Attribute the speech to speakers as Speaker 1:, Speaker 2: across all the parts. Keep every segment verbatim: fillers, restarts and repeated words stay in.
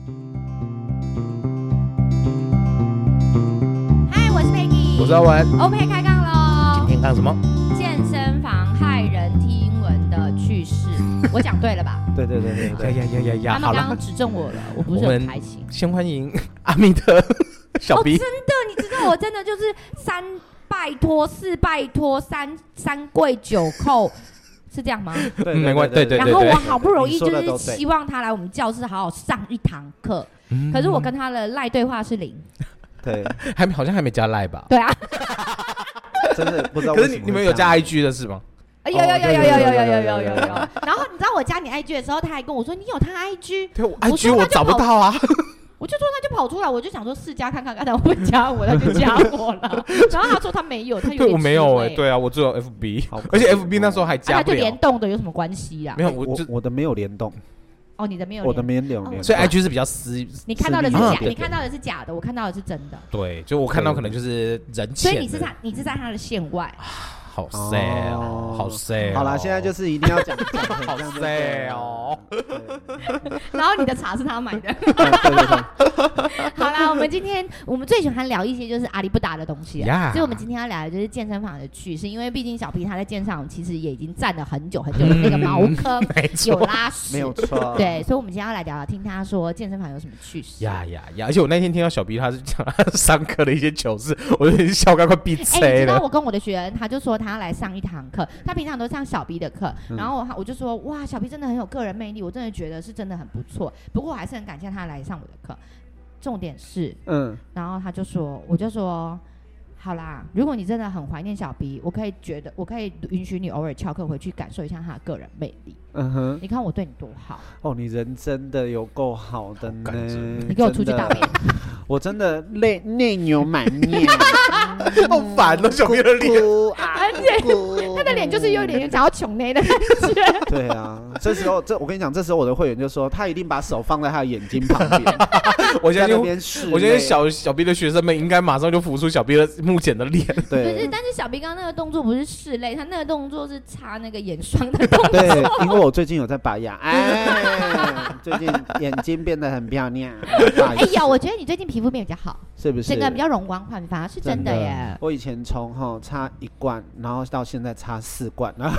Speaker 1: 嗨，我是 Peggy，
Speaker 2: 我是阿文
Speaker 1: ，OK 开杠喽。
Speaker 2: 今天杠什么？
Speaker 1: 健身房骇人听闻的趣事，我讲对了吧？
Speaker 3: 对对对对对，
Speaker 2: 呀呀呀呀！
Speaker 1: 他们刚刚指正我了，我不是很开心。
Speaker 2: 先欢迎阿密特小 B。
Speaker 1: 哦，真的，你知道我真的就是三拜托四拜托三三跪九叩。是这样吗？
Speaker 3: 对，
Speaker 2: 没关系，对对对。
Speaker 1: 然后我好不容易就是希望他来我们教室好好上一堂课，可是我跟他的赖对话是零。
Speaker 3: 对，
Speaker 2: 还好像还没加赖吧？
Speaker 1: 对啊，
Speaker 3: 真的不知道。
Speaker 2: 可是你你们有加 I G 的是吗？
Speaker 1: 有有有有有有有有有有有。然后你知道我加你 I G 的时候，他还跟我说你有他 I G。
Speaker 2: 对，我 I G 我找不到啊。
Speaker 1: 我就说他就跑出来，我就想说试加看看，看他会加我，他就加我了。然后他说他没有，他有点
Speaker 2: 对我没有哎，对啊，我只有 F B， 而且 F B 那时候还加不了。
Speaker 1: 他就联动的有什么关系啊？
Speaker 2: 没有，
Speaker 3: 我我的没有联动。
Speaker 1: 哦，你的没有，
Speaker 3: 我的没有联动，
Speaker 2: 所以 I G 是比较私。
Speaker 1: 你看到的是假，你看到的是假的，我看到的是真的。
Speaker 2: 对，就我看到可能就是人前。
Speaker 1: 所以你是他，你是在他的线外。
Speaker 2: 好 sad 哦，好 sad。
Speaker 3: 好啦，现在就是一定要讲，
Speaker 2: 好 sad 哦。
Speaker 1: 然后你的茶是他买的。
Speaker 3: 对对对。
Speaker 1: 好啦，我们今天我们最喜欢聊一些就是阿里不达的东西啊，
Speaker 2: yeah.
Speaker 1: 所以我们今天要聊的就是健身房的趣事，因为毕竟小 P 他在健身房其实也已经站了很久很久的那个茅坑，有拉屎，
Speaker 3: 没有错。
Speaker 1: 对，所以我们今天要来聊聊，听他说健身房有什么趣事。
Speaker 2: 呀呀呀！而且我那天听到小 B 他是讲他上课的一些糗事，我有点笑到快闭嘴了。
Speaker 1: 哎，你知道我跟我的学员，他就说他要来上一堂课，他平常都上小 B 的课，
Speaker 3: 嗯、
Speaker 1: 然后我我就说哇，小 B 真的很有个人魅力，我真的觉得是真的很不错。不过我还是很感谢他来上我的课。重点是，嗯，然后他就说，我就说，好啦，如果你真的很怀念小 B， 我可以觉得，我可以允许你偶尔翘课回去感受一下他的个人魅力。嗯哼，你看我对你多好
Speaker 3: 哦，你人真的有够好的呢。
Speaker 1: 你给我出去大便！
Speaker 3: 我真的内内牛满面，
Speaker 2: 好烦哦，小 B 的脸，
Speaker 1: 而且他的脸就是有点想要穷内的感觉。
Speaker 3: 对啊，这时候这我跟你讲，这时候我的会员就说，他一定把手放在他的眼睛旁边。
Speaker 2: 我相信，我相信小小 B 的学生们应该马上就浮出小 B 的目前的脸。
Speaker 3: 对，
Speaker 1: 不是，但是小 B 刚刚那个动作不是拭泪，他那个动作是擦那个眼霜的动作。
Speaker 3: 对，因为我最近有在拔牙，哎，最近眼睛变得很漂亮。
Speaker 1: 哎呀，我觉得你最近皮肤变比较好，
Speaker 3: 是不是？
Speaker 1: 整个比较容光焕发，是真的耶。
Speaker 3: 我以前从哈擦一罐，然后到现在擦四罐，然后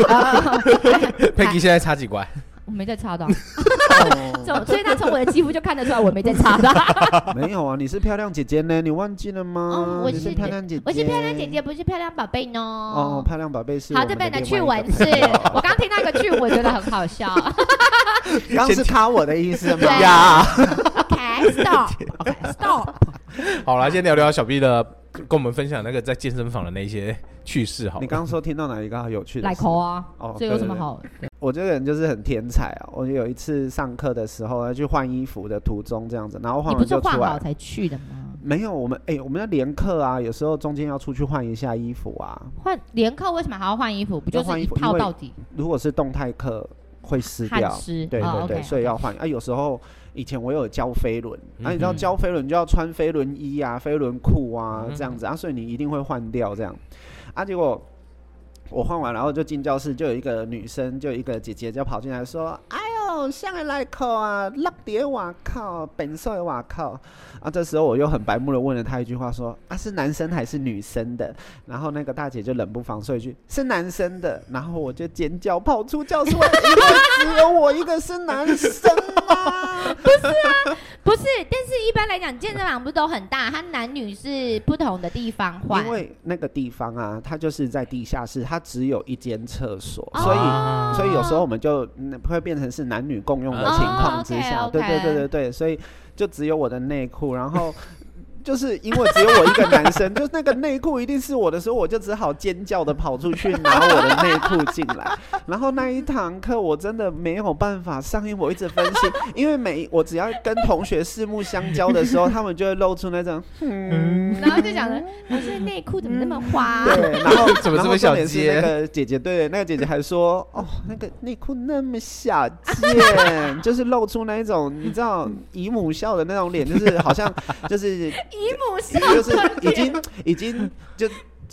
Speaker 2: Peggy 现在擦几罐？
Speaker 1: 我没在擦的、哦，所以他从我的肌肤就看得出来我没在擦的。
Speaker 3: 没有啊，你是漂亮姐姐呢，你忘记了吗？
Speaker 1: 哦、我 是,
Speaker 3: 是漂亮姐姐，
Speaker 1: 我是漂亮姐姐，不是漂亮宝贝呢。
Speaker 3: 哦，漂亮宝贝是。
Speaker 1: 好，这边的趣闻是，我刚听到一个趣，我觉得很好笑。
Speaker 3: 刚是他我的意思吗？
Speaker 2: 呀
Speaker 1: ，OK，stop，OK，stop。
Speaker 2: 好啦，先聊聊小 B 的，跟我们分享那个在健身房的那些趣事好了。
Speaker 3: 你刚刚说听到哪一个有趣的？
Speaker 1: 来口啊，哦，这有什么好？
Speaker 3: 我这个人就是很天才啊！我有一次上课的时候要去换衣服的途中这样子，然后换完就出来。
Speaker 1: 你不是换好才去的吗？
Speaker 3: 没有，我们哎、欸，我们要连课啊，有时候中间要出去换一下衣服啊。
Speaker 1: 换连课为什么还要换衣服？不就是一套到底？
Speaker 3: 如果是动态课会湿掉，
Speaker 1: 湿
Speaker 3: 对对对，哦、okay, 所以要换啊。有时候以前我有教飞轮，嗯、啊，你知道教飞轮就要穿飞轮衣啊、飞轮裤啊这样子啊，所以你一定会换掉这样啊。结果我换完，然后就进教室，就有一个女生，就有一个姐姐就跑进来说：“哎呦，上来口啊，落碟瓦靠，本色瓦靠。”啊，这时候我又很白目的问了她一句话说：“啊，是男生还是女生的？”然后那个大姐就冷不防说一句：“是男生的。”然后我就尖叫跑出教室外，因为只有我一个是男生啊！
Speaker 1: 不是啊，不是，但是一般来讲，健身房不是都很大，它男女是不同的地方换。
Speaker 3: 因为那个地方啊，它就是在地下室，它只有一间厕所，哦、所以所以有时候我们就会变成是男女共用的情况之下，哦、okay, okay. 对对对对对，所以就只有我的内裤，然后。就是因为只有我一个男生，就那个内裤一定是我的时候，我就只好尖叫的跑出去拿我的内裤进来。然后那一堂课我真的没有办法上，因为我一直分析，因为每我只要跟同学四目相交的时候，他们就会露出那种，嗯，
Speaker 1: 然后就讲了，老师内裤怎么那么花？
Speaker 3: 对，然后
Speaker 2: 怎么这么小件？
Speaker 3: 那个姐姐对，那个姐姐还说，哦，那个内裤那么小件，就是露出那一种你知道姨母笑的那种脸，就是好像就是。
Speaker 1: 姨母笑，
Speaker 3: 就是已经已经就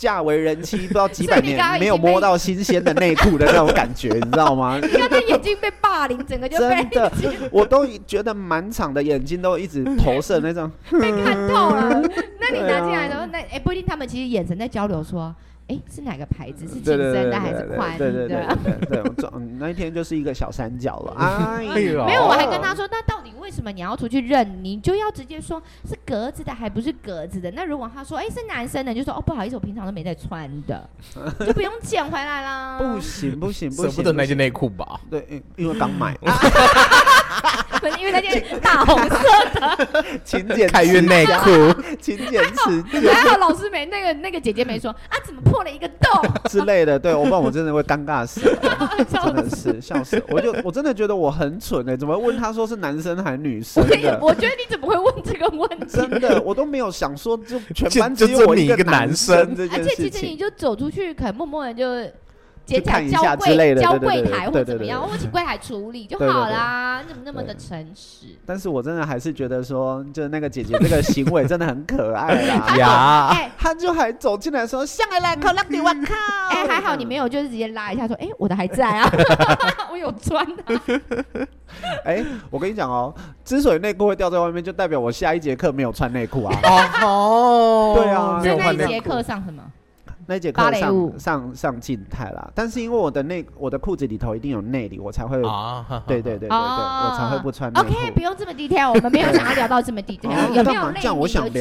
Speaker 3: 嫁为人妻，不知道几百年没有摸到新鲜的内裤的那种感觉，你知道吗？
Speaker 1: 你看他眼睛被霸凌，整个就被
Speaker 3: 真的，我都觉得满场的眼睛都一直投射那种
Speaker 1: 被看透了。那你拿进来的时候，那哎不一定，他们其实眼神在交流说。哎，是哪个牌子？是紧身的还是宽的？
Speaker 3: 对对对对对，我那一天就是一个小三角了。哎呦，
Speaker 1: 没有，我还跟他说，那到底为什么你要出去认？你就要直接说是格子的，还不是格子的。那如果他说，哎，是男生的，就说哦，不好意思，我平常都没在穿的，就不用捡回来啦。
Speaker 3: 不行不行不行，
Speaker 2: 舍不得那件内裤吧？
Speaker 3: 对，因为刚买。
Speaker 1: 因为那件大红色的
Speaker 3: 勤俭
Speaker 2: 开运内裤，
Speaker 3: 勤俭持家。
Speaker 1: 还好老师没那个那个姐姐没说啊，怎么破了一个洞
Speaker 3: 之类的。对，我不然我真的会尴尬死了，真的是笑死。我就我真的觉得我很蠢哎、欸，怎么问他说是男生还是女生的？
Speaker 1: 我觉得你怎么会问这个问题？
Speaker 3: 真的，我都没有想说，就全班只有我一个男生这件事情。
Speaker 1: 而且其实你就走出去，可能默默的就。捡起来
Speaker 3: 交
Speaker 1: 柜交柜台或怎么样，或请柜台处理就好啦。你怎么那么的诚实？
Speaker 3: 但是我真的还是觉得说，就是那个姐姐这个行为真的很可爱啦。
Speaker 2: 呀，
Speaker 1: 哎，
Speaker 3: 她就还走进来说：“上来来，口拉你我靠！”
Speaker 1: 哎，还好你没有，就是直接拉一下说：“哎，我的还在啊，我有穿啊。”
Speaker 3: 哎，我跟你讲哦，之所以内裤会掉在外面，就代表我下一节课没有穿内裤啊。
Speaker 2: 哦，
Speaker 3: 对啊，
Speaker 1: 所以那一节课上什么？
Speaker 3: 那节课上上上静态啦，但是因为我的内我的裤子里头一定有内里，我才会，啊、对对对对对，哦、我才会不穿内裤。
Speaker 1: OK， 不用这么低调，我们没有想要聊到这么低调。哦、有没有内里有几层？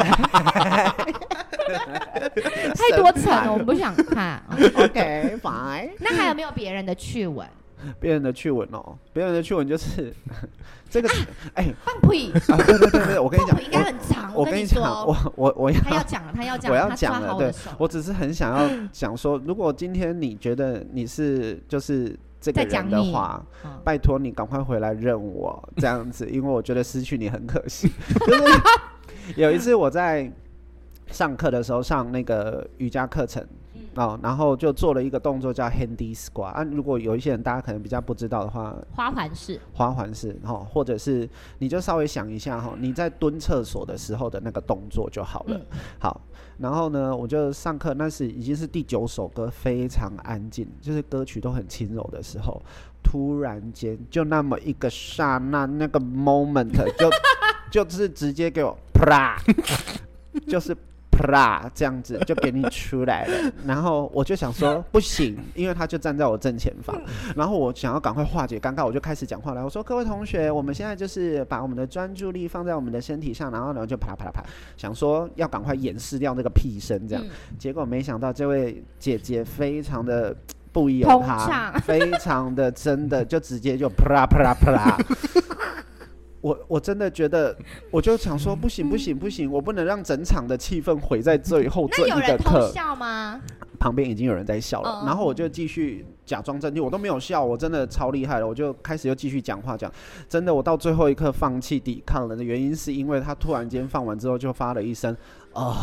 Speaker 1: 太多层了，我们不想看。
Speaker 3: OK， fine。
Speaker 1: 那还有没有别人的趣闻？
Speaker 3: 别人的趣闻哦，别人的趣闻就是这个，哎、啊，
Speaker 1: 放屁
Speaker 3: 啊！对对对对，我跟你讲，
Speaker 1: 应该很长。
Speaker 3: 我跟你讲，我我我要
Speaker 1: 他要讲了，他要讲，
Speaker 3: 我要讲了。对，我只是很想要讲说，如果今天你觉得你是就是这个人的话，拜托你赶快回来认我这样子，因为我觉得失去你很可惜。就是有一次我在上课的时候上那个瑜伽课程。哦，然后就做了一个动作叫 handy squat 啊。如果有一些人大家可能比较不知道的话，
Speaker 1: 花环式，
Speaker 3: 花环式哈、哦，或者是你就稍微想一下哈、哦，你在蹲厕所的时候的那个动作就好了。嗯、好，然后呢，我就上课，那是已经是第九首歌，非常安静，就是歌曲都很轻柔的时候，突然间就那么一个刹那，那个 moment 就就是直接给我啪，就是。啪，这样子就给你出来了，然后我就想说不行，因为他就站在我正前方，然后我想要赶快化解尴尬，我就开始讲话来，我说各位同学，我们现在就是把我们的专注力放在我们的身体上，然后呢就啪啪啪，想说要赶快掩饰掉那个屁声，这样，嗯、结果没想到这位姐姐非常的不疑有他，非常的真的就直接就啪啪啪。我我真的觉得，我就想说，不行不行不行，我不能让整场的气氛毁在最后这一个课。
Speaker 1: 那有人偷笑吗？
Speaker 3: 旁边已经有人在笑了，哦、然后我就继续假装镇定，我都没有笑，我真的超厉害了，我就开始又继续讲话讲。真的，我到最后一刻放弃抵抗了的原因，是因为他突然间放完之后就发了一声啊，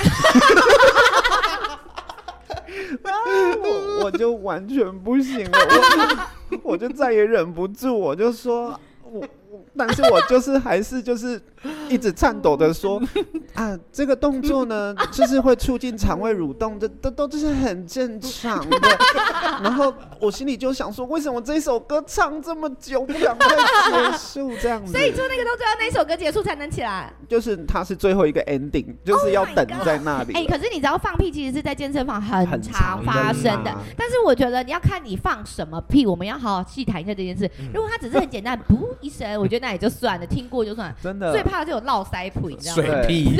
Speaker 3: 我我就完全不行了，我我就再也忍不住，我就说我。但是我就是还是就是一直颤抖的说啊，这个动作呢，就是会促进肠胃蠕动，这都都是很正常的。然后我心里就想说，为什么这首歌唱这么久，不赶快结束这样子？
Speaker 1: 所以做那个动作要那首歌结束才能起来。
Speaker 3: 就是它是最后一个 ending， 就是要等在那里。
Speaker 1: 哎、oh 欸，可是你知道放屁其实是在健身房很常发生的，的但是我觉得你要看你放什么屁，我们要好好细谈一下这件事。嗯、如果它只是很简单，噗一声，我觉得那也就算了，听过就算了。
Speaker 3: 真的，
Speaker 1: 最怕的就有落腮噗，你知道吗？
Speaker 2: 水屁，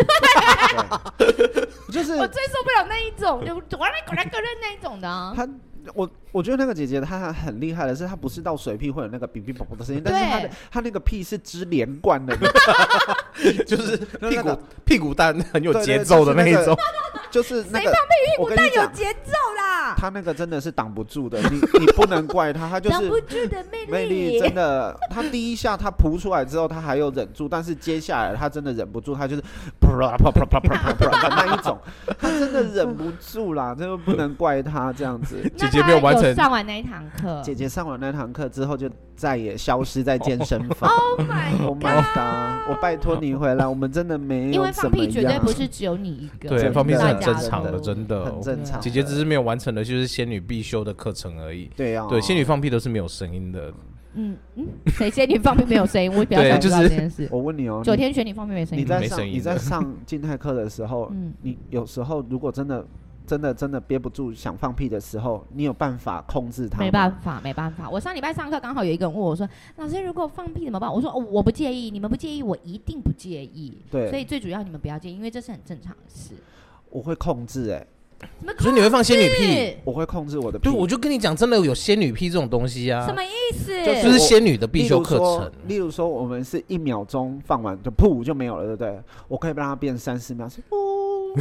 Speaker 3: 就是
Speaker 1: 我最受不了那一种，就呱啦呱啦呱啦那一种的、啊。
Speaker 3: 他我我觉得那个姐姐她很厉害的是，她不是到水屁会有那个哔哔啵啵的声音，但是她的她那个屁是支连贯的，
Speaker 2: 就是屁股屁股蛋很有节奏的那一种。
Speaker 3: 就是那个，
Speaker 1: 谁放屁屁股蛋有节奏啦？
Speaker 3: 他那个真的是挡不住的，你你不能怪他，他就是
Speaker 1: 挡不住的魅力，
Speaker 3: 魅力真的。他第一下他扑出来之后，他还有忍住，但是接下来他真的忍不住，他就是啪啪啪啪啪啪啪那一种，他真的忍不住啦，这个不能怪他这样子。
Speaker 2: 姐姐没有完成
Speaker 1: 上完那一堂课，
Speaker 3: 姐姐上完那堂课之后就再也消失在健身房。
Speaker 1: Oh my
Speaker 3: Oh my god！ 我拜托你回来，我们真的没有
Speaker 1: 因为放屁绝对不是只有你一个，
Speaker 2: 对，放屁是很正常的，真的
Speaker 3: 很正常。
Speaker 2: 姐姐只是没有完成的就是仙女必修的课程而已。
Speaker 3: 对啊，
Speaker 2: 对，仙女放屁都是没有声音的。
Speaker 1: 嗯嗯，谁仙女放屁没有声音？我比较想知道这件事。
Speaker 3: 我问你哦，
Speaker 1: 九天玄女放屁没声音，
Speaker 3: 你在上你在上静态课的时候，
Speaker 1: 嗯，
Speaker 3: 你有时候如果真的。真的真的憋不住想放屁的时候，你有办法控制它吗？
Speaker 1: 没办法，没办法。我上礼拜上课刚好有一个人问我说：“老师，如果放屁怎么办？”我说：“哦，我不介意，你们不介意，我一定不介意。”对，所以最主要你们不要介意，因为这是很正常的事。
Speaker 3: 我会控制哎、
Speaker 1: 欸，
Speaker 2: 所以你会放仙女屁？
Speaker 3: 我会控制我的屁。
Speaker 2: 对，我就跟你讲，真的有仙女屁这种东西啊。
Speaker 1: 什么意思？
Speaker 2: 就是仙女的必修课程。
Speaker 3: 例如说，我们是一秒钟放完就噗就没有了，对不对？我可以让它变三四秒，是噗。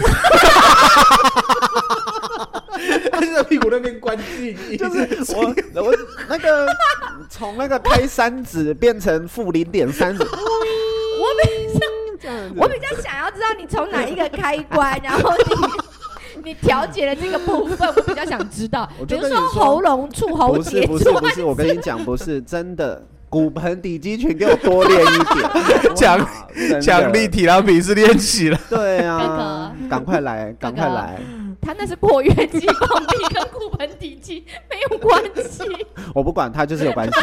Speaker 2: 他就在屁股那边关静音，
Speaker 3: 就是我我那个从那个开三指变成负零点三指。
Speaker 1: 我比较我比较想要知道你从哪一个开关，然后你你调节了这个部分，我比较想知道。比如说喉咙处、喉结处。
Speaker 3: 不是不是不是，我跟你讲，不是真的。骨盆底肌群给我多练一点，
Speaker 2: 强强力体拉比是练习了。
Speaker 3: 对啊，赶快来，赶快来。
Speaker 1: 他那是括约肌放屁，跟骨盆底肌没有关系。
Speaker 3: 我不管，他就是有关系。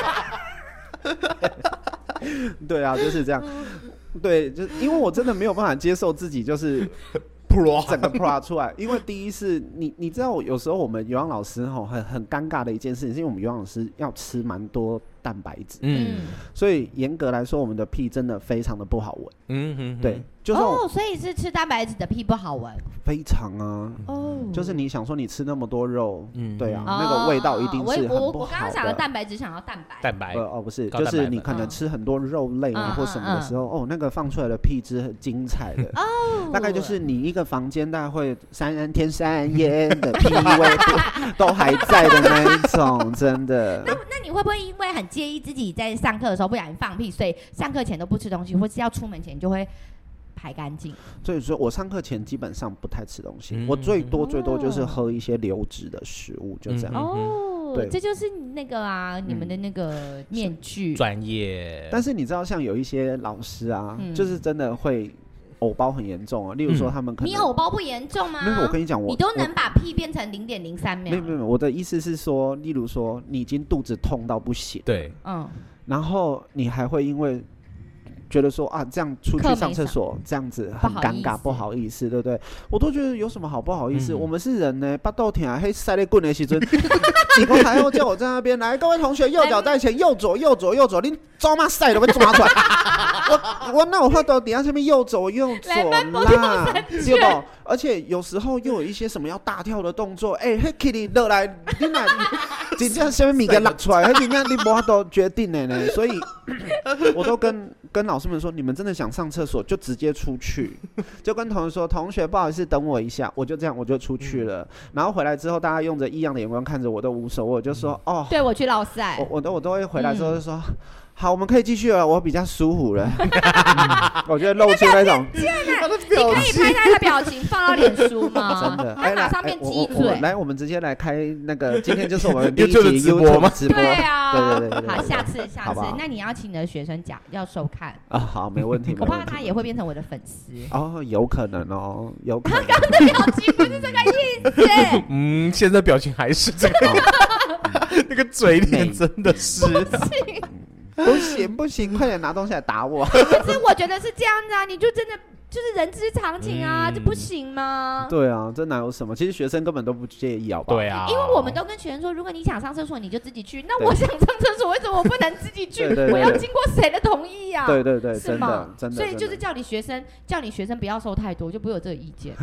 Speaker 3: 对啊，就是这样。对，就因为我真的没有办法接受自己就是整个 pro 出来，因为第一是你你知道，有时候我们有氧老师吼很很尴尬的一件事情，是因为我们有氧老师要吃蛮多蛋白质，嗯，所以严格来说，我们的屁真的非常的不好闻，嗯哼，对，就是
Speaker 1: 哦，所以是吃蛋白质的屁不好闻，
Speaker 3: 非常啊，哦，就是你想说你吃那么多肉，嗯，对啊，那个味道一定是很不好的。
Speaker 1: 我我刚刚想的蛋白质想要蛋白，
Speaker 2: 蛋白，
Speaker 3: 呃哦不是，就是你可能吃很多肉类啊或什么的时候，哦，那个放出来的屁汁很精彩的，哦，大概就是你一个房间大概会三天三夜的屁味都还在的那一种，真的。
Speaker 1: 那那你会不会因为很介意自己在上课的时候不小心放屁，所以上课前都不吃东西，或是要出门前就会排干净？
Speaker 3: 所以说我上课前基本上不太吃东西，嗯、我最多最多就是喝一些流质的食物，就这样。
Speaker 1: 哦，对，这就是那个啊，你们的那个面具
Speaker 2: 专业。
Speaker 3: 但是你知道，像有一些老师啊，嗯、就是真的会。偶包很严重啊，例如说他们可能、
Speaker 1: 嗯、你偶包不严重吗？
Speaker 3: 那个我跟你讲，我
Speaker 1: 你都能把屁变成零点零三秒。
Speaker 3: 没有没有，我的意思是说，例如说你已经肚子痛到不行，
Speaker 2: 对，
Speaker 1: 嗯，
Speaker 3: 然后你还会因为觉得说啊，这样出去上厕所这样子很尴尬，不好意思，对不对？我都觉得有什么好不好意思？嗯、我们是人呢，巴豆甜黑塞雷棍的时阵，你刚才又叫我在那边来，各位同学右脚在前，右左右左右左，你抓嘛塞都被抓出来。我我那我话到底下下面右走右走啦，对不？而且有时候又有一些什么要大跳的动作，哎、欸，迄 Kitty 落来，你那真正什么物件落出来，迄真正你无法度决定的呢。所以我都跟跟老师们说，你们真的想上厕所就直接出去，就跟同学说，同学不好意思，等我一下，我就这样我就出去了。然后回来之后，大家用着异样的眼光看着我，都无所谓，我就说哦，
Speaker 1: 对我去老赛，
Speaker 3: 我我都我都会回来之后就说。嗯好，我们可以继续了。我比较舒服了，嗯、我觉得露出那种。
Speaker 1: 你可以拍他的表情放到脸书吗？
Speaker 3: 真的，
Speaker 1: 他马上变鸡嘴。
Speaker 3: 来，我们直接来开那个，今天就是我们第一集 YouTube 吗？直播。
Speaker 1: 对啊，
Speaker 3: 对对对。
Speaker 1: 好，下次下次，那你要请你的学生讲，要收看
Speaker 3: 啊。好，没问题。
Speaker 1: 我怕他也会变成我的粉丝。
Speaker 3: 哦，有可能哦，有可能。
Speaker 1: 他刚刚的表情不是这个意思。
Speaker 2: 嗯，现在表情还是这个，那个嘴脸真的是。
Speaker 3: 不行不行，快点拿东西来打我！
Speaker 1: 可是我觉得是这样子啊，你就真的就是人之常情啊，嗯、这不行吗？
Speaker 3: 对啊，这哪有什么？其实学生根本都不介意，好不好？
Speaker 2: 对啊，
Speaker 1: 因为我们都跟学生说，如果你想上厕所，你就自己去。那我想上厕所，为什么我不能自己去？
Speaker 3: 对对对对，
Speaker 1: 我要经过谁的同意啊？
Speaker 3: 对对对，
Speaker 1: 是吗？
Speaker 3: 真的，
Speaker 1: 所以就是叫你学生，叫你学生不要收太多，就不会有这个意见。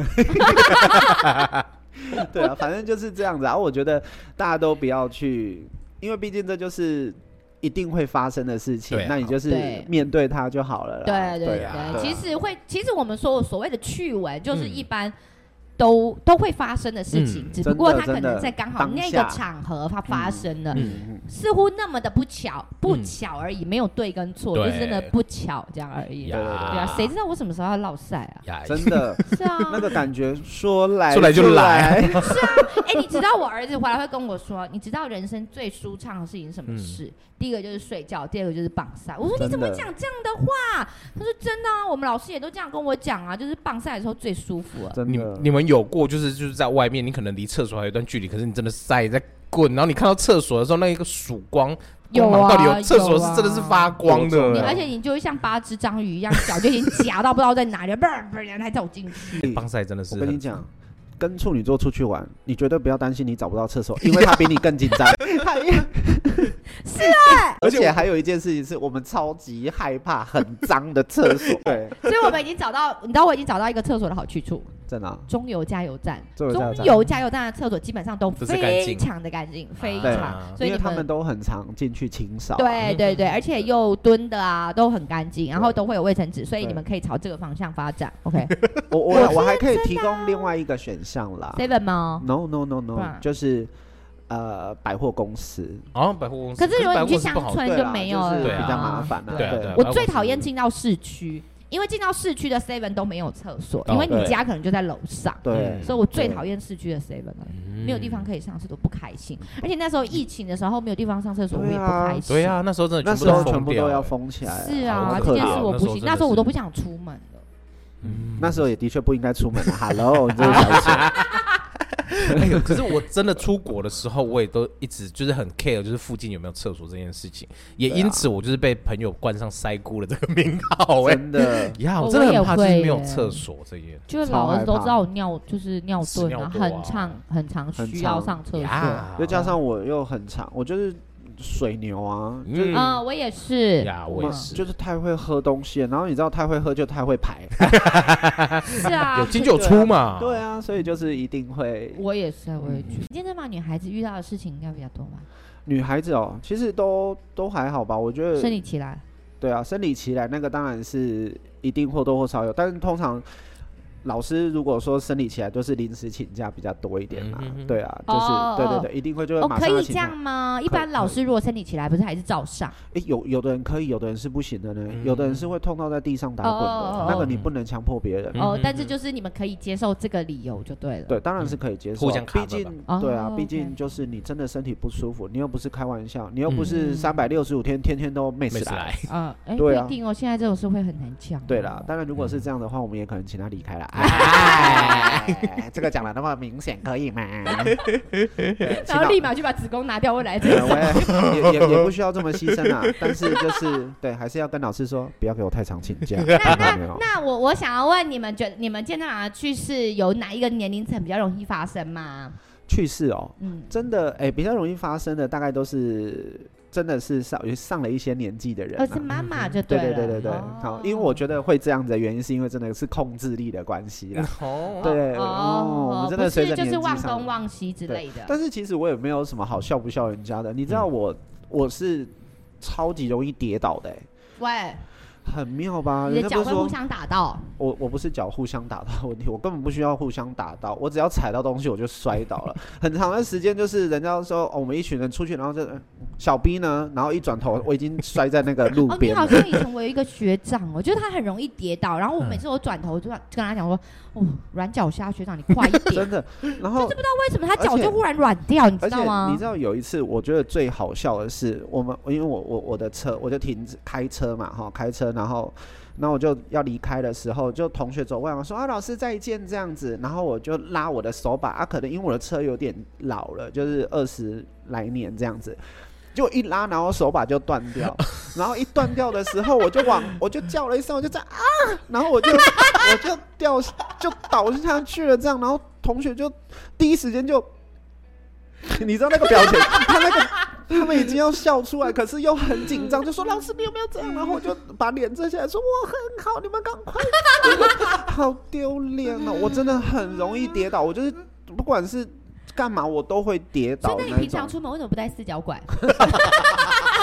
Speaker 3: 对啊，反正就是这样子。然后我觉得大家都不要去，因为毕竟这就是一定会发生的事情，啊、那你就是面对它就好了啦。
Speaker 1: 对对 对,
Speaker 3: 对、啊、
Speaker 1: 对，其实会，其实我们说所谓的趣闻，就是一般都都会发生的事情，嗯、只不过它可能在刚好那个场合它发生了，嗯嗯、似乎那么的不巧，不巧而已，没有对跟错，嗯、就是真的不巧这样而已。对啊，谁知道我什么时候要落赛啊？
Speaker 3: 真的
Speaker 1: 是啊，
Speaker 3: 那个感觉说来
Speaker 2: 说来就来。
Speaker 1: 是啊，哎、欸，你知道我儿子回来会跟我说，你知道人生最舒畅的事情是什么事？嗯、第一个就是睡觉，第二个就是棒赛。我说你怎么讲这样的话？他说真的啊，我们老师也都这样跟我讲啊，就是棒赛的时候最舒服了。
Speaker 3: 真的，
Speaker 2: 你你们有过就是就是在外面，你可能离厕所还有一段距离，可是你真的晒在滚，然后你看到厕所的时候，那一个曙光。
Speaker 1: 有啊，
Speaker 2: 到底有厕所是真的是发光的，
Speaker 1: 你而且你就会像八只章鱼一样，脚就已经夹到不知道在哪里，嘣嘣才走进去。
Speaker 2: 棒赛真的是，
Speaker 3: 我跟你讲，跟处女座出去玩，你绝对不要担心你找不到厕所，因为他比你更紧张。
Speaker 1: 是啊，
Speaker 3: 而且还有一件事情是我们超级害怕很脏的厕所。对，
Speaker 1: 所以我们已经找到，你知道我已经找到一个厕所的好去处。
Speaker 3: 在哪？
Speaker 1: 中油加油站，
Speaker 3: 中
Speaker 1: 油加油站的厕所基本上都非常的干净，非常，所以
Speaker 3: 因为他们都很常进去清扫。
Speaker 1: 对对对，而且又蹲的啊，都很干净，然后都会有卫生纸，所以你们可以朝这个方向发展。OK，
Speaker 3: 我我我还可以提供另外一个选项啦
Speaker 1: ，seven 吗
Speaker 3: ？No No No No， 就是呃百货公司
Speaker 2: 哦，百货公司。
Speaker 1: 可是如果你去乡村就没有了，
Speaker 3: 比较麻烦了。
Speaker 2: 对对，
Speaker 1: 我最讨厌进到市区。因为进到市区的 seven 都没有厕所，因为你家可能就在楼上，
Speaker 3: 对，
Speaker 1: 所以我最讨厌市区的 seven 了，没有地方可以上厕所，不开心。而且那时候疫情的时候没有地方上厕所，我也不开心。
Speaker 2: 对啊，那时候真的
Speaker 3: 那时候全部都要封起来。
Speaker 1: 是啊，这件事我不行，那时候我都不想出门了。
Speaker 3: 嗯，那时候也的确不应该出门了。Hello， 你这个小姐。
Speaker 2: 哎可是我真的出国的时候，我也都一直就是很 care， 就是附近有没有厕所这件事情，也因此我就是被朋友冠上塞姑的这个名号。哎，
Speaker 3: 真的
Speaker 2: 呀，我真的很怕就是没有厕所这些。
Speaker 1: 就是老儿子都知道我尿就是尿遁啊，很长很长需要上厕所，
Speaker 3: 又加上我又很长，我就是。水牛啊，
Speaker 1: 嗯，嗯我也是
Speaker 2: 呀，我也是，
Speaker 3: 就是太会喝东西了，然后你知道太会喝就太会排，
Speaker 1: 是啊，
Speaker 2: 有进就有出嘛，
Speaker 3: 对啊，所以就是一定会。
Speaker 1: 我也是，我也觉得，健身房女孩子遇到的事情应该比较多吧？
Speaker 3: 女孩子哦，其实都都还好吧，我觉得。
Speaker 1: 生理期来。
Speaker 3: 对啊，生理期来那个当然是一定或多或少有，但是通常。老师如果说生理期来都是临时请假比较多一点嘛，嗯、对啊，就是、哦、对对对，一定会就会马上
Speaker 1: 哦，可以这样吗？一般老师如果生理期来，不是还是照上？
Speaker 3: 哎，有有的人可以，有的人是不行的呢。嗯、有的人是会痛到在地上打滚的，哦、那个你不能强迫别人。
Speaker 1: 哦，但是就是你们可以接受这个理由就对了。
Speaker 3: 对，当然是可以接受，
Speaker 2: 互相
Speaker 3: 毕竟对啊，毕竟就是你真的身体不舒服，你又不是开玩笑，你又不是三百六十五天天天都妹死来。
Speaker 1: 啊，哎，不一定哦，现在这种事会很难讲。
Speaker 3: 对啦，当然如果是这样的话，我们也可能请他离开了。哎哎，这个讲的那么明显，可以吗？
Speaker 1: 然后立马就把子宫拿掉，我来这
Speaker 3: 个，也也也不需要这么牺牲啊。但是就是对，还是要跟老师说，不要给我太常请假。
Speaker 1: 那那那我我想要问你们，觉得你们健身房的去世有哪一个年龄层比较容易发生吗？
Speaker 3: 去世哦，嗯，真的哎，比较容易发生的大概都是。真的是上上了一些年纪的人、啊，
Speaker 1: 而是妈妈就对了，
Speaker 3: 对对对对对，哦、好，因为我觉得会这样子的原因，是因为真的是控制力的关系啦。哦，对，哦，哦我们真的随着年纪上，
Speaker 1: 不是就是忘东忘西之类的。
Speaker 3: 但是其实我也没有什么好笑不笑人家的，你知道我、嗯、我是超级容易跌倒的、欸，
Speaker 1: 喂。
Speaker 3: 很妙吧？
Speaker 1: 你的脚会互相打到。
Speaker 3: 我我不是脚互相打到的问题，我根本不需要互相打到，我只要踩到东西我就摔倒了。很长的时间就是人家说、哦、我们一群人出去，然后就、呃、小 B 呢，然后一转头我已经摔在那个路边、哦。
Speaker 1: 你好像以前我有一个学长，我觉得他很容易跌倒，然后我每次我转头就跟他讲说：“哦，软脚虾学长，你快一点。”真的，然后就是不知道为什么他脚就忽然软掉，你知道吗？
Speaker 3: 你知道有一次我觉得最好笑的是，我们因为我我我的车我就停开车嘛哈，开车然后。然后我就要离开的时候，就同学走过来我说啊老师再见这样子，然后我就拉我的手把啊，可能因为我的车有点老了，就是二十来年这样子，就一拉，然后手把就断掉，然后一断掉的时候，我就往我就叫了一声，我就这样啊，然后我就我就掉就倒下去了这样，然后同学就第一时间就，你知道那个表情，他那个。他们已经要笑出来，可是又很紧张，就说老师你有没有这样？然后我就把脸遮起来说我很好，你们赶快。好丢脸哦！我真的很容易跌倒，我就是不管是干嘛我都会跌倒。
Speaker 1: 所以那你平常出门为什么不带四脚拐？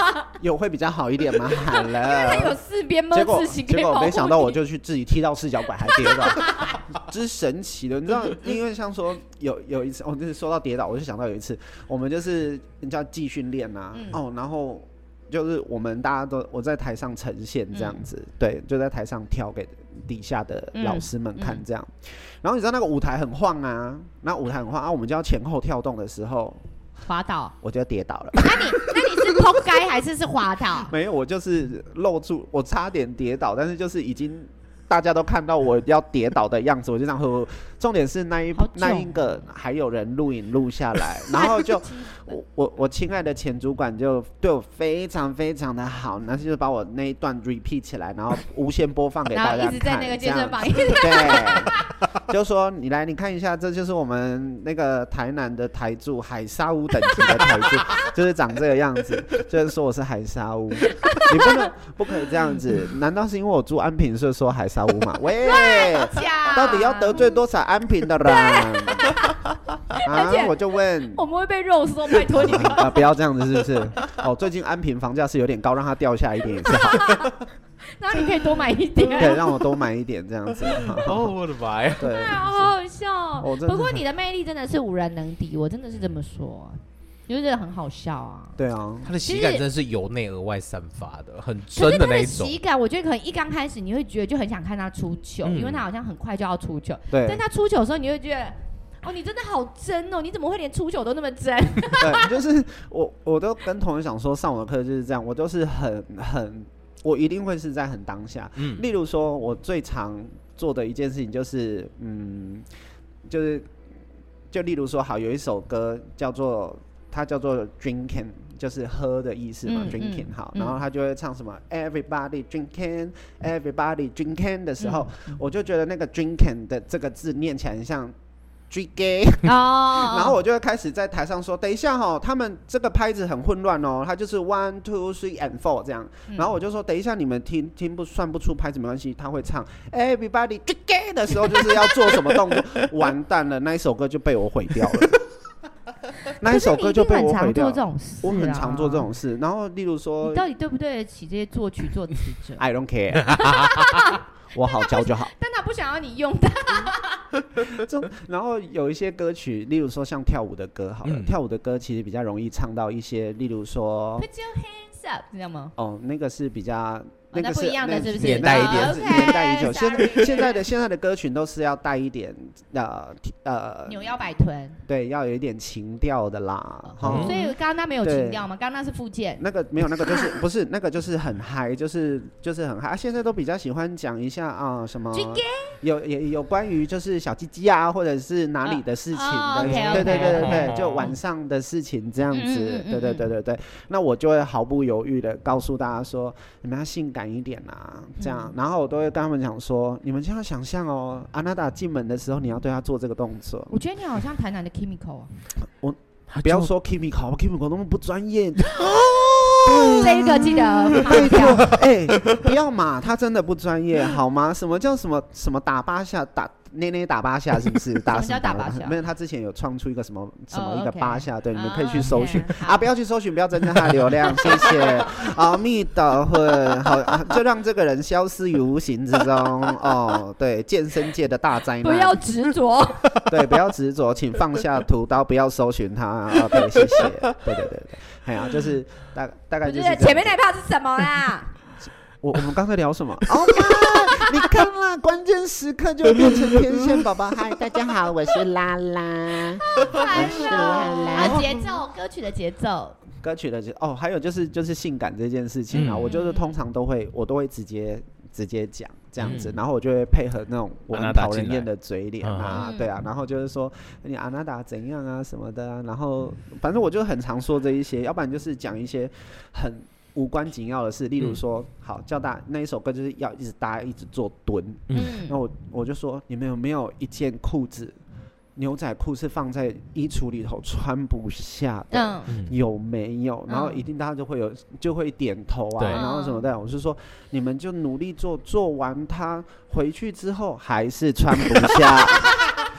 Speaker 3: 有会比较好一点吗？好了，
Speaker 1: 因为它有四边么字形，
Speaker 3: 结果没想到我就去自己踢到四脚拐还跌倒，这是神奇的，你知道？因为像说有有一次，哦，就是说到跌倒，我就想到有一次，我们就是叫技训练啊，嗯、哦，然后就是我们大家都我在台上呈现这样子，嗯、对，就在台上跳给底下的老师们看这样，嗯嗯、然后你知道那个舞台很晃啊，那舞台很晃啊，我们就要前后跳动的时候。
Speaker 1: 滑倒，
Speaker 3: 我就跌倒了。
Speaker 1: 那你那你是扑街还是是滑倒？
Speaker 3: 没有，我就是露住，我差点跌倒，但是就是已经大家都看到我要跌倒的样子，我就这样呵。重点是那一那一个还有人录影录下来，然后就我我我亲爱的前主管就对我非常非常的好，然后就把我那一段 repeat 起来，然后无限播放给大家看，
Speaker 1: 然后一直在那个健身房，
Speaker 3: 对，就说你来你看一下，这就是我们那个台南的台柱海沙屋等级的台柱，就是长这个样子，就是说我是海沙屋，你不能不可以这样子，难道是因为我住安平所以说海沙屋吗？喂，到底要得罪多少安平的人？啊！我就问，
Speaker 1: 我们会被肉搜，拜托你不要、
Speaker 3: 啊、不要这样子，是不是？哦，最近安平房价是有点高，让它掉下一点也是好。
Speaker 1: 那你可以多买一点，
Speaker 3: 对，让我多买一点这样子。
Speaker 2: 哦，我的妈呀！
Speaker 3: 对，
Speaker 1: 好好笑、哦。不过你的魅力真的是无人能敌，我真的是这么说。你就觉得很好笑啊？
Speaker 3: 对啊，
Speaker 2: 他的喜感真的是由内而外散发的，很真的那一种。
Speaker 1: 可是他的喜感，我觉得可能一刚开始你会觉得就很想看他出糗，嗯、因为他好像很快就要出糗。
Speaker 3: 对。
Speaker 1: 但他出糗的时候，你会觉得，哦，你真的好真哦！你怎么会连出糗都那么真？
Speaker 3: 对，就是我，我都跟同学讲说，上我的课就是这样，我都是很很，我一定会是在很当下。嗯。例如说，我最常做的一件事情就是，嗯，就是就例如说，好，有一首歌叫做。它叫做 drinking， 就是喝的意思嘛、嗯、，drinking 好，嗯、然后他就会唱什么 everybody drinking everybody drinking 的时候，嗯、我就觉得那个 drinking 的这个字念起来很像 drink， 哦，然后我就会开始在台上说，等一下哈，他们这个拍子很混乱哦，它就是 one two three and four 这样，嗯、然后我就说，等一下你们听听不算不出拍子没关系，他会唱 everybody drinking 的时候就是要做什么动作，完蛋了，那一首歌就被我毁掉了。那一首歌就被我毁掉。我很常做这种事，然后例如说，
Speaker 1: 你到底对不对得起这些作曲作词者
Speaker 3: ？I don't care， 我好教就好。
Speaker 1: 但他不想要你用它。
Speaker 3: 然后有一些歌曲，例如说像跳舞的歌，好了，嗯、跳舞的歌其实比较容易唱到一些，例如说
Speaker 1: ，Put your hands up， 知道吗？
Speaker 3: 哦，那个是比较。那个
Speaker 1: 是、哦、不一样的，是不是？
Speaker 3: 年代一点，
Speaker 1: oh, okay,
Speaker 3: 年代已久。现现在的现在的歌曲都是要带一点呃呃
Speaker 1: 扭腰摆臀，
Speaker 3: 对，要有一点情调的啦。
Speaker 1: 嗯、所以刚刚那没有情调吗？刚刚那是附件。
Speaker 3: 那个没有，那个就是不是那个就是很嗨，就是就是很嗨、啊。现在都比较喜欢讲一下啊、呃、什么，有也有关于就是小鸡鸡啊，或者是哪里的事情的，
Speaker 1: 哦、
Speaker 3: 对对对对对，就晚上的事情这样子，嗯嗯、对对对对对。那我就会毫不犹豫的告诉大家说，你们要性感一点啊，这样，嗯、然后我都会跟他们讲说，你们这样想象哦，阿娜达进门的时候，你要对他做这个动作。
Speaker 1: 我觉得你好像台南的 Kimiko 啊，
Speaker 3: 我不要说 Kimiko，Kimiko 那么不专业。
Speaker 1: 这个记得卖掉，
Speaker 3: 哎，不要嘛，他真的不专业，好吗？什么叫什么什么打八下打？内内打八下是不是？打
Speaker 1: 什么叫打八下？
Speaker 3: 没有，他之前有创出一个什么什么一个八下， oh, okay. 对，你们可以去搜寻、oh, okay. 啊，不要去搜寻，不要增加他的流量，谢谢。阿弥陀佛，好，就让这个人消失于无形之中。哦，对，健身界的大灾难，
Speaker 1: 不要执着，
Speaker 3: 对，不要执着，请放下屠刀，不要搜寻他。OK， 谢谢。对对对对，哎呀，就是大大概就是
Speaker 1: 前面那趴是什么啦？
Speaker 3: 我我们刚才聊什么？哦妈，你看啦，关键时刻就变成天线宝宝。嗨，大家好，我是拉拉，
Speaker 1: 我是拉拉。节奏，歌曲的节奏，
Speaker 3: 歌曲的节奏。哦，还有就是就是性感这件事情啊，嗯、我就是通常都会我都会直接直接讲这样子，嗯、然后我就会配合那种我很讨人厌的嘴脸啊，对啊，然后就是说你阿娜达怎样啊什么的啊，然后反正我就很常说这一些，要不然就是讲一些很。无关紧要的事，例如说，嗯、好叫大家那一首歌就是要一直大家一直做蹲，嗯，然后我我就说你们有没有一件裤子，牛仔裤是放在衣橱里头穿不下的，嗯、有没有？然后一定大家就会有就会点头啊，然后什么的。我是说你们就努力做，做完它回去之后还是穿不下。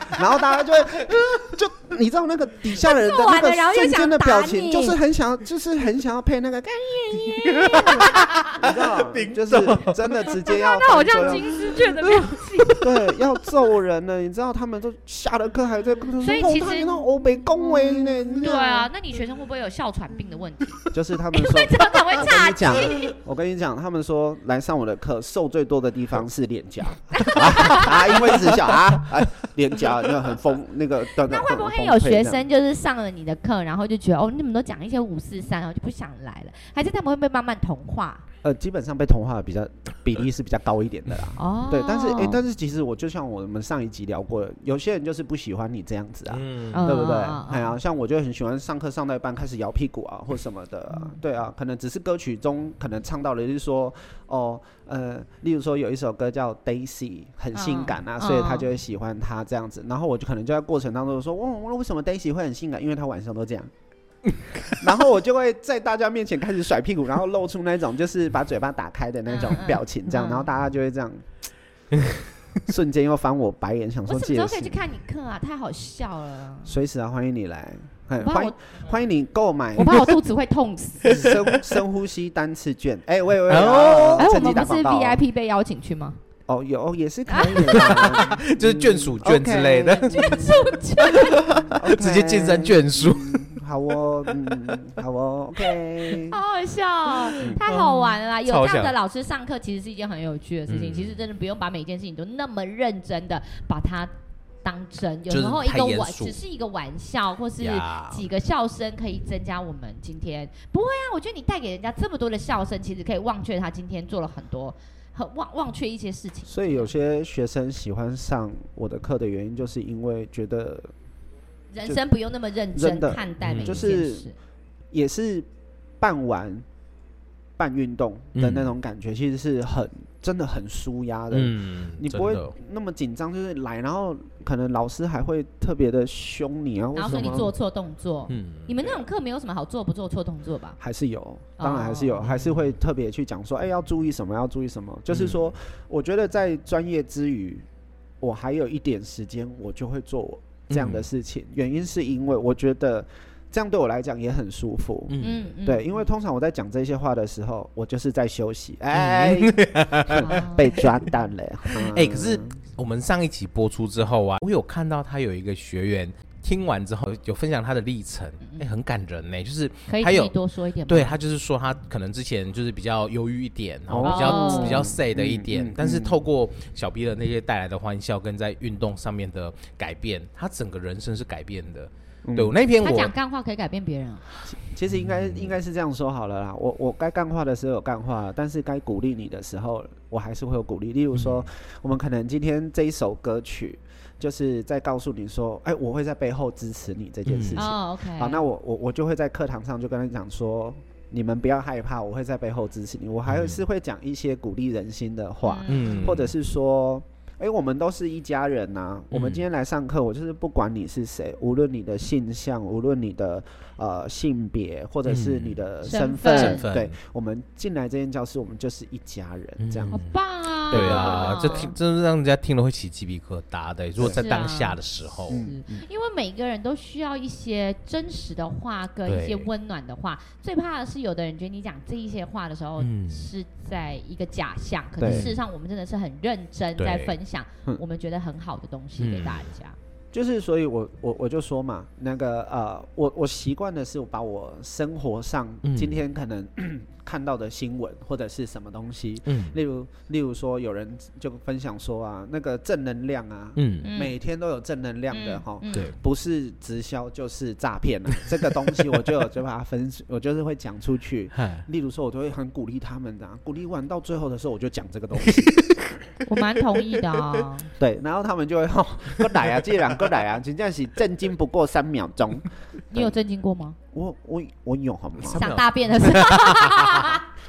Speaker 3: 然后大家就会就你知道那个底下人的那个瞬间的表情，就是很想要，就是很想要配那个，你知道，就是真的直接要，
Speaker 1: 那好像金丝雀的表情，
Speaker 3: 对，要揍人了，你知道他们都下了课还在，
Speaker 1: 所以其实
Speaker 3: 那种欧北恭维呢，
Speaker 1: 对啊，那你学生会不会有哮喘病的问题？
Speaker 3: 就是他们说，
Speaker 1: 常常会岔气。
Speaker 3: 我跟你讲，他们说来上我的课，受最多的地方是脸颊啊，因为直小啊，哎，脸颊那很丰那个。
Speaker 1: 那会不会有学生就是上了你的课，然后就觉得哦，你们都讲一些五四三，然后就不想来了？还是他们会被慢慢同化？
Speaker 3: 呃，基本上被同化的比较比例是比较高一点的啦。
Speaker 1: 哦，
Speaker 3: 对，但是哎、欸，但是其实我就像我们上一集聊过的，有些人就是不喜欢你这样子啊，嗯、对不对？哎呀、啊，像我就很喜欢上课上到一半开始摇屁股啊，或什么的、啊嗯，对啊，可能只是歌曲中可能唱到的就是说，哦，呃，例如说有一首歌叫 Daisy， 很性感啊，嗯、所以他就会喜欢他这样子，然后我就可能就在过程当中说，哦，为什么 Daisy 会很性感？因为他晚上都这样。然后我就会在大家面前开始甩屁股，然后露出那种就是把嘴巴打开的那种表情，这样，然后大家就会这样，瞬间又翻我白眼，想说
Speaker 1: 我什么时候可以去看你课啊？太好笑了！
Speaker 3: 随时啊，欢迎你来，欢迎欢迎你购买。
Speaker 1: 我怕我肚子会痛死。
Speaker 3: 深深呼吸单次券，哎、欸、喂喂，
Speaker 1: 哦，哎、欸，我们不是 V I P 被邀请去吗？
Speaker 3: 哦，有也是可以的，
Speaker 2: 就是眷属券之类的，
Speaker 1: 眷属券，
Speaker 2: 直接晋升眷属。
Speaker 3: 好哦，嗯，好哦 ，OK，
Speaker 1: 好好笑、哦，太好玩了啦！有这样的老师上课，其实是一件很有趣的事情。嗯、其实真的不用把每件事情都那么认真的把它当真，有时候一个玩只是一个玩笑，或是几个笑声可以增加我们今天不会啊。我觉得你带给人家这么多的笑声，其实可以忘却他今天做了很多。很忘忘却一些事情，
Speaker 3: 所以有些学生喜欢上我的课的原因，就是因为觉得
Speaker 1: 人生不用那么认真看待每一件事，就是
Speaker 3: 也是半玩半运动的那种感觉，嗯、其实是很真的很舒压的。嗯，你不会那么紧张，就是来，然后可能老师还会特别的凶你啊，
Speaker 1: 然后说你做错动作。嗯，你们那种课没有什么好做不做错动作吧？
Speaker 3: 还是有，当然还是有，哦、还是会特别去讲说，哎、欸，要注意什么，要注意什么。嗯、就是说，我觉得在专业之余，我还有一点时间，我就会做这样的事情。嗯、原因是因为我觉得。这样对我来讲也很舒服，嗯，对，因为通常我在讲这些话的时候，我就是在休息，哎、嗯，被抓到了，哎、
Speaker 2: 嗯欸，可是我们上一集播出之后啊，我有看到他有一个学员听完之后有分享他的历程，哎、欸，很感人呢、欸，就是
Speaker 1: 可以可以多说一点吗？
Speaker 2: 对，他就是说他可能之前就是比较忧郁一点，然后比较、哦、比较 sad 的一点、嗯嗯，但是透过小 B 的那些带来的欢笑跟在运动上面的改变，他整个人生是改变的。对，我那篇我
Speaker 1: 他讲干话可以改变别人啊。
Speaker 3: 其实应该、嗯、应该是这样说好了啦。我我该干话的时候有干话，但是该鼓励你的时候，我还是会有鼓励。例如说，嗯、我们可能今天这一首歌曲，就是在告诉你说，哎、欸，我会在背后支持你这件事情。
Speaker 1: 哦、嗯 ，OK。
Speaker 3: 好，那我我我就会在课堂上就跟他讲说，你们不要害怕，我会在背后支持你。我还是会讲一些鼓励人心的话，嗯，或者是说。哎、欸，我们都是一家人呐、啊。我们今天来上课，我就是不管你是谁，无论你的性向，无论你的呃性别，或者是你的身份，
Speaker 1: 嗯、
Speaker 3: 对，我们进来这间教室，我们就是一家人，嗯、这样。
Speaker 1: 好棒啊！
Speaker 2: 对啊，这听真的让人家听了会起鸡皮疙瘩的。如果在当下的时候，
Speaker 1: 嗯嗯、因为每个人都需要一些真实的话跟一些温暖的话。最怕的是有的人觉得你讲这一些话的时候，嗯、是在一个假象，可是事实上我们真的是很认真在分享。我们觉得很好的东西给大家，嗯、
Speaker 3: 就是所以我，我我我就说嘛，那个呃，我我习惯的是把我生活上今天可能、嗯、看到的新闻或者是什么东西，嗯，例如例如说有人就分享说啊，那个正能量啊，嗯，每天都有正能量的哈，对、嗯，不是直销就是诈骗啊，这个东西我就有就把它分，我就是会讲出去。例如说，我都会很鼓励他们的、啊，鼓励完到最后的时候，我就讲这个东西。
Speaker 1: 我蛮同意的啊。
Speaker 3: 对，然后他们就会哦，过来啊，这两过来啊，真正是震惊不过三秒钟。
Speaker 1: 你有震惊过吗？
Speaker 3: 我我我有好吗？
Speaker 1: 想大便的时候。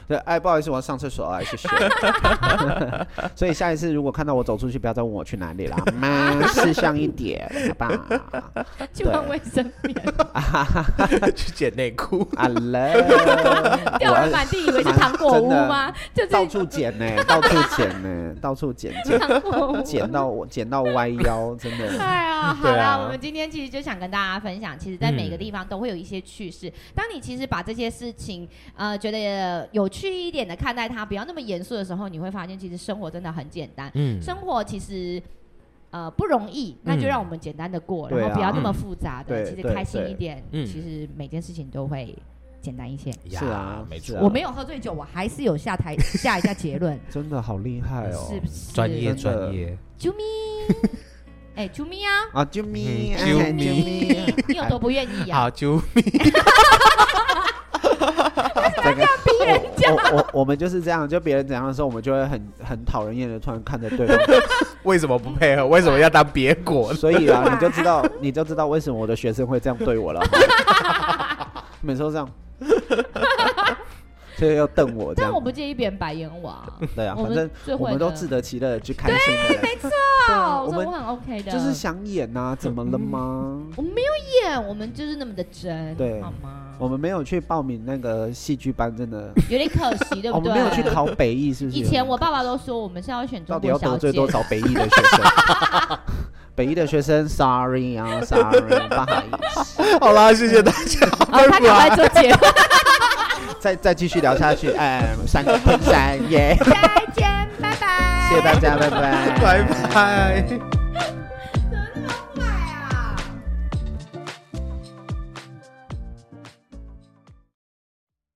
Speaker 3: 对，哎，不好意思，我要上厕所啊，谢谢。所以下一次如果看到我走出去，不要再问我去哪里啦，妈，识相一点，好吧？
Speaker 1: 去换卫生棉，
Speaker 2: 去捡内裤，
Speaker 3: 啊嘞，
Speaker 1: 掉了满地，以为是糖果屋吗？就
Speaker 3: 到处捡呢，到处捡呢，到处捡，捡到我捡到歪腰，真的。
Speaker 1: 哎呀，好啦，我们今天其实就想跟大家分享，其实在每个地方都会有一些趣事。当你其实把这些事情，呃，觉得有趣一点的看待它，不要那么严肃的时候，你会发现其实生活真的很简单。嗯，生活其实呃不容易，那就让我们简单的过，然后不要那么复杂的，其实开心一点，其实每件事情都会简单一些。
Speaker 3: 是啊，
Speaker 2: 没错。
Speaker 1: 我没有喝醉酒，我还是有下台下一下结论。
Speaker 3: 真的好厉害哦，
Speaker 1: 是不是？
Speaker 2: 专业专业。
Speaker 1: 啾咪。哎，啾咪啊！
Speaker 3: 啊，啾咪，
Speaker 2: 啾咪，
Speaker 1: 你有多不愿意啊？
Speaker 2: 好，啾咪。
Speaker 1: 为什么要这样逼人家？
Speaker 3: 我我我们就是这样，就别人怎样的时候，我们就会很很讨人厌的突然看着对方。
Speaker 2: 为什么不配合？为什么要当别果？
Speaker 3: 所以啊，你就知道，你就知道为什么我的学生会这样对我了。每次都这样。所以要瞪我这样，
Speaker 1: 但我不介意别人白眼我啊。
Speaker 3: 对啊，反正我们都自得其乐，去开心的。
Speaker 1: 对，没错，我们很 OK 的，
Speaker 3: 就是想演啊，怎么了吗？
Speaker 1: 我们没有演，我们就是那么的真，
Speaker 3: 对，
Speaker 1: 好吗？
Speaker 3: 我们没有去报名那个戏剧班，真的
Speaker 1: 有点可惜，对不对？
Speaker 3: 我们没有去考北艺，是不是？
Speaker 1: 以前我爸爸都说我们是要选中国小姐，
Speaker 3: 到底要得罪多少北艺的学生？北艺的学生 ，sorry 啊 ，sorry， 不好意思。
Speaker 2: 好啦，谢谢大家。
Speaker 1: 哦，他赶快做结论。
Speaker 3: 再再继续聊下去，哎，三个喷山耶！
Speaker 1: 再见，拜拜！
Speaker 3: 谢谢大家，拜拜，
Speaker 2: 拜拜。